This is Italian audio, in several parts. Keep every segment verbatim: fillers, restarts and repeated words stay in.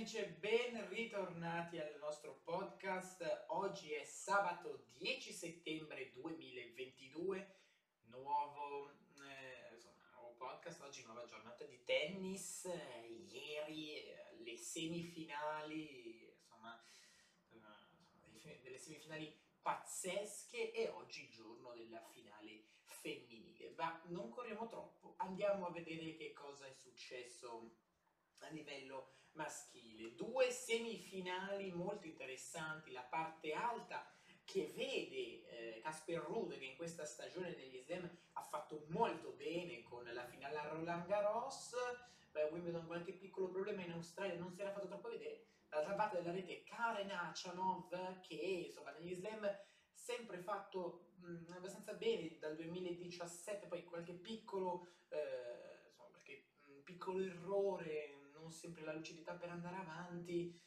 amici e ben ritornati al nostro podcast. Oggi è sabato dieci settembre duemilaventidue, nuovo, eh, insomma, nuovo podcast, oggi nuova giornata di tennis, eh, ieri eh, le semifinali, insomma, eh, delle semifinali pazzesche e oggi il giorno della finale femminile. Ma non corriamo troppo, andiamo a vedere che cosa è successo a livello maschile. Due semifinali molto interessanti, la parte alta che vede eh, Casper Ruud, che in questa stagione degli Slam ha fatto molto bene con la finale a Roland Garros. Beh, Wimbledon qualche piccolo problema in Australia, non si era fatto troppo vedere. Dall'altra parte della rete Karen Khachanov, che insomma negli Slam sempre fatto mh, abbastanza bene dal duemiladiciassette, poi qualche piccolo eh, insomma, qualche mh, piccolo errore, non sempre la lucidità per andare avanti,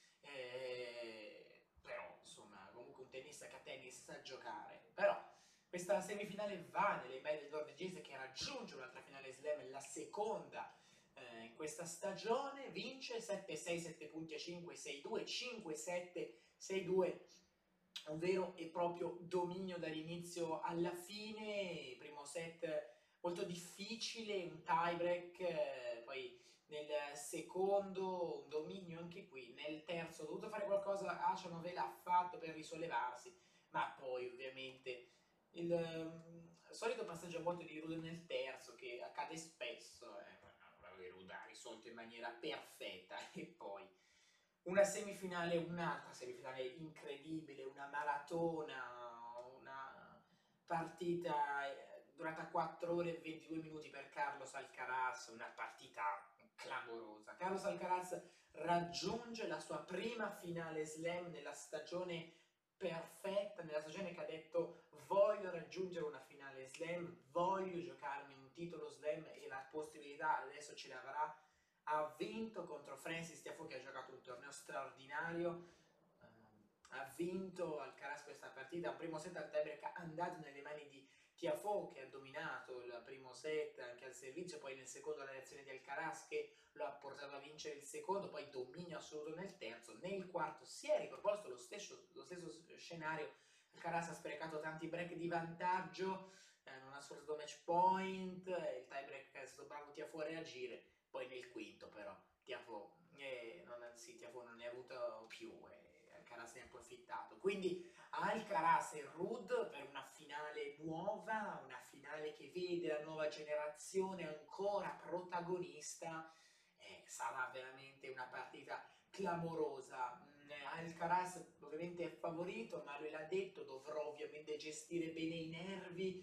eh, però insomma comunque un tennista che a tennis sa giocare. Però questa semifinale va nelle mani del norvegese, che raggiunge un'altra finale slam, la seconda eh, in questa stagione, vince sette sei, sette punti a cinque, sei due, cinque sette, sei due, un vero e proprio dominio dall'inizio alla fine. Primo set molto difficile, un tiebreak, eh, poi nel secondo un dominio anche qui, nel terzo ha dovuto fare qualcosa, Khachanov l'ha fatto per risollevarsi, ma poi ovviamente il um, solito passaggio a vuoto di Ruud nel terzo, che accade spesso, eh, Ruud ha risolto in maniera perfetta. E poi una semifinale, un'altra semifinale incredibile, una maratona, una partita eh, durata quattro ore e ventidue minuti per Carlos Alcaraz, una partita clamorosa. Carlos Alcaraz raggiunge la sua prima finale slam nella stagione perfetta, nella stagione che ha detto voglio raggiungere una finale slam, voglio giocarmi un titolo slam, e la possibilità adesso ce l'avrà. Ha vinto contro Francis Tiafoe, che ha giocato un torneo straordinario, uh, ha vinto Alcaraz questa partita, un primo set al tiebreak andato nelle mani di Tiafoe, che ha dominato il primo set anche al servizio, poi nel secondo la reazione di Alcaraz che lo ha portato a vincere il secondo, poi dominio assoluto nel terzo. Nel quarto si è riproposto lo stesso, lo stesso scenario, Alcaraz ha sprecato tanti break di vantaggio, eh, non ha sfruttato match point, eh, il tiebreak è stato bravo Tiafoe a reagire. Poi nel quinto però Tiafoe, eh, non, sì, Tiafoe non ne ha avuto più e Alcaraz ne ha approfittato. Quindi Alcaraz e Ruud per una finale nuova, una finale che vede la nuova generazione ancora protagonista, eh, sarà veramente una partita clamorosa. Alcaraz ovviamente è favorito, ma lui l'ha detto, dovrò ovviamente gestire bene i nervi,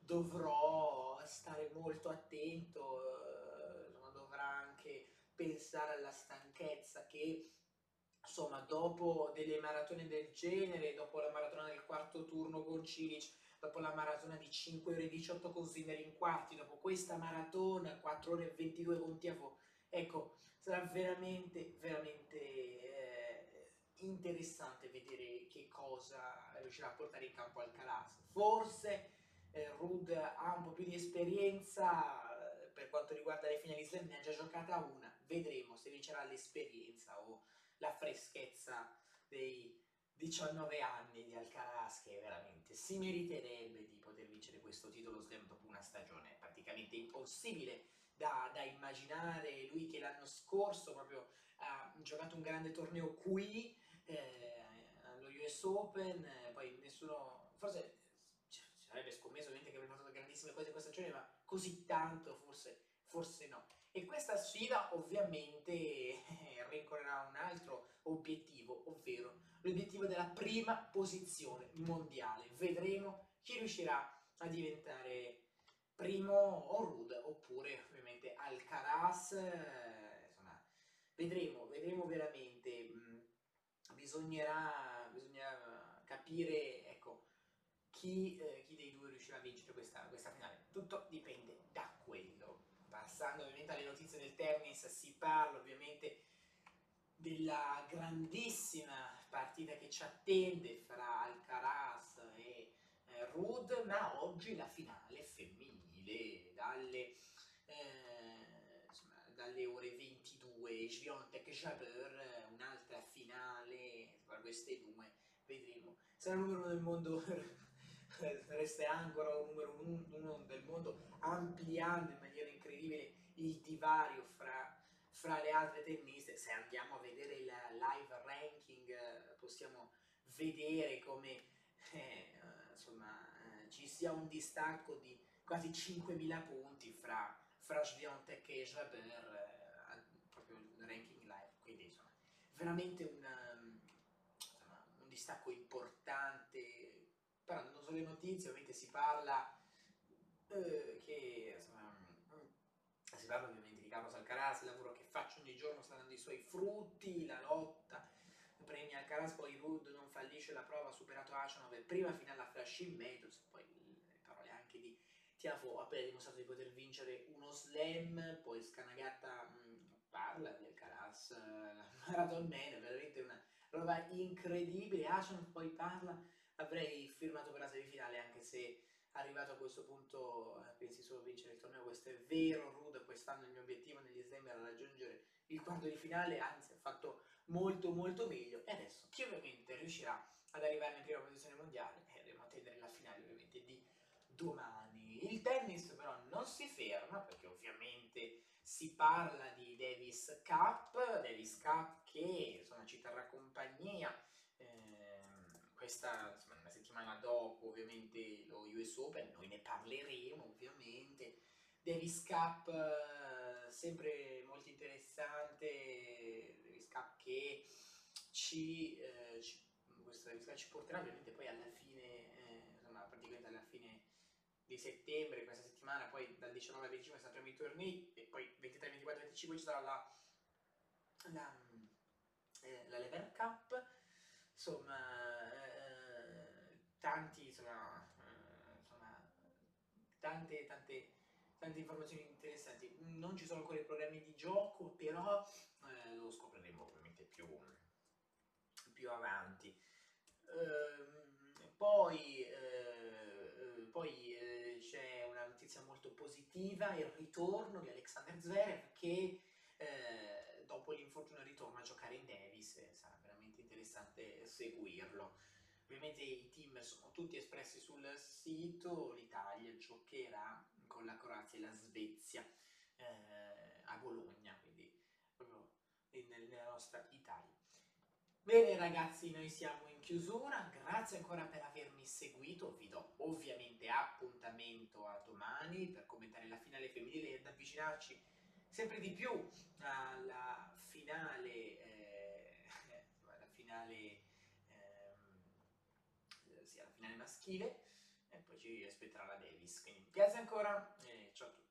dovrò stare molto attento, eh, dovrà anche pensare alla stanchezza che insomma dopo delle maratone del genere, dopo la maratona del quarto turno con Cilic, dopo la maratona di cinque ore e diciotto con Sinner in quarti, dopo questa maratona quattro ore e ventidue con Tiafoe, ecco, sarà veramente veramente eh, interessante vedere che cosa riuscirà a portare in campo Alcaraz. Forse eh, Ruud ha un po' più di esperienza, eh, per quanto riguarda le finali slam, ne ha già giocata una, vedremo se vincerà l'esperienza o la freschezza dei diciannove anni di Alcaraz, che veramente si meriterebbe di poter vincere questo titolo slam dopo una stagione praticamente impossibile da, da immaginare. Lui che l'anno scorso proprio ha giocato un grande torneo qui, eh, allo U S Open, eh, poi nessuno, forse ci sarebbe scommesso ovviamente che avrebbe fatto grandissime cose in questa stagione, ma così tanto forse, forse no. E questa sfida ovviamente eh, rincorrerà un altro obiettivo, ovvero l'obiettivo della prima posizione mondiale. Vedremo chi riuscirà a diventare primo, o Ruud oppure ovviamente Alcaraz, eh, insomma vedremo, vedremo veramente. Mh, bisognerà, bisognerà capire, ecco, chi, eh, chi dei due riuscirà a vincere questa, questa finale. Tutto dipende da quello. Passando ovviamente alle notizie del tennis, si parla ovviamente della grandissima partita che ci attende fra Alcaraz e eh, Ruud, ma oggi la finale femminile dalle, eh, insomma, dalle ore ventidue, Swiatek Jabeur, una queste due, vedremo. Sarà il numero uno del mondo, resterà ancora un numero uno del mondo, ampliando in maniera incredibile il divario fra, fra le altre tenniste. Se andiamo a vedere il live ranking eh, possiamo vedere come eh, insomma, eh, ci sia un distacco di quasi cinquemila punti fra, fra Swiatek e Jabeur, eh, proprio il ranking live, quindi insomma veramente un, um, insomma, un distacco importante. Però non so le notizie, ovviamente si parla eh, che insomma, si parla ovviamente di Carlos Alcaraz, il lavoro che faccio ogni giorno sta dando i suoi frutti, la lotta premi Alcaraz, poi Ruud non fallisce la prova, ha superato Achanov, prima finale a Flushing Meadows, poi le parole anche di Tiafoe, ha appena dimostrato di poter vincere uno slam, poi Scanagatta mh, parla di Alcaraz, la Marathon Man, è veramente una roba incredibile. Achanov poi parla, avrei firmato per la semifinale anche se arrivato a questo punto eh, pensi solo a vincere il torneo. Questo è vero, Ruud quest'anno il mio obiettivo negli slam era raggiungere il quarto di finale, anzi ha fatto molto molto meglio, e adesso chi ovviamente riuscirà ad arrivare in prima posizione mondiale e andremo a attendere la finale ovviamente di domani. Il tennis però non si ferma, perché ovviamente si parla di Davis Cup, Davis Cup che insomma ci terrà compagnia ehm, questa insomma, una settimana dopo ovviamente lo U S Open, noi ne parleremo ovviamente. Davis Cup eh, sempre molto interessante, Davis Cup che ci, eh, ci, questa Davis Cup ci porterà ovviamente poi alla fine, eh, insomma praticamente alla fine di settembre, questa settimana, poi dal diciannove al venticinque saranno i tornei, e poi ventitré, ventiquattro, venticinque ci sarà la, la, eh, la Lever Cup, insomma, eh, tanti, insomma, eh, insomma, tante, tante, tante informazioni interessanti. Non ci sono ancora i programmi di gioco, però eh, lo scopriremo ovviamente più, più avanti. Ehm, poi eh, poi eh, c'è una notizia molto positiva, il ritorno di Alexander Zverev che eh, dopo l'infortunio ritorna a giocare in Davis, e sarà veramente interessante seguirlo. Ovviamente i team sono tutti espressi sul sito, l'Italia giocherà con la Croazia e la Svezia eh, a Bologna, quindi proprio nella nostra Italia. Bene ragazzi, noi siamo in chiusura, grazie ancora per avermi seguito, vi do ovviamente appuntamento a domani per commentare la finale femminile ed avvicinarci sempre di più alla finale, eh, alla finale, ehm, sì, alla finale maschile, e poi ci aspetterà la Davis, quindi grazie ancora e ciao a tutti.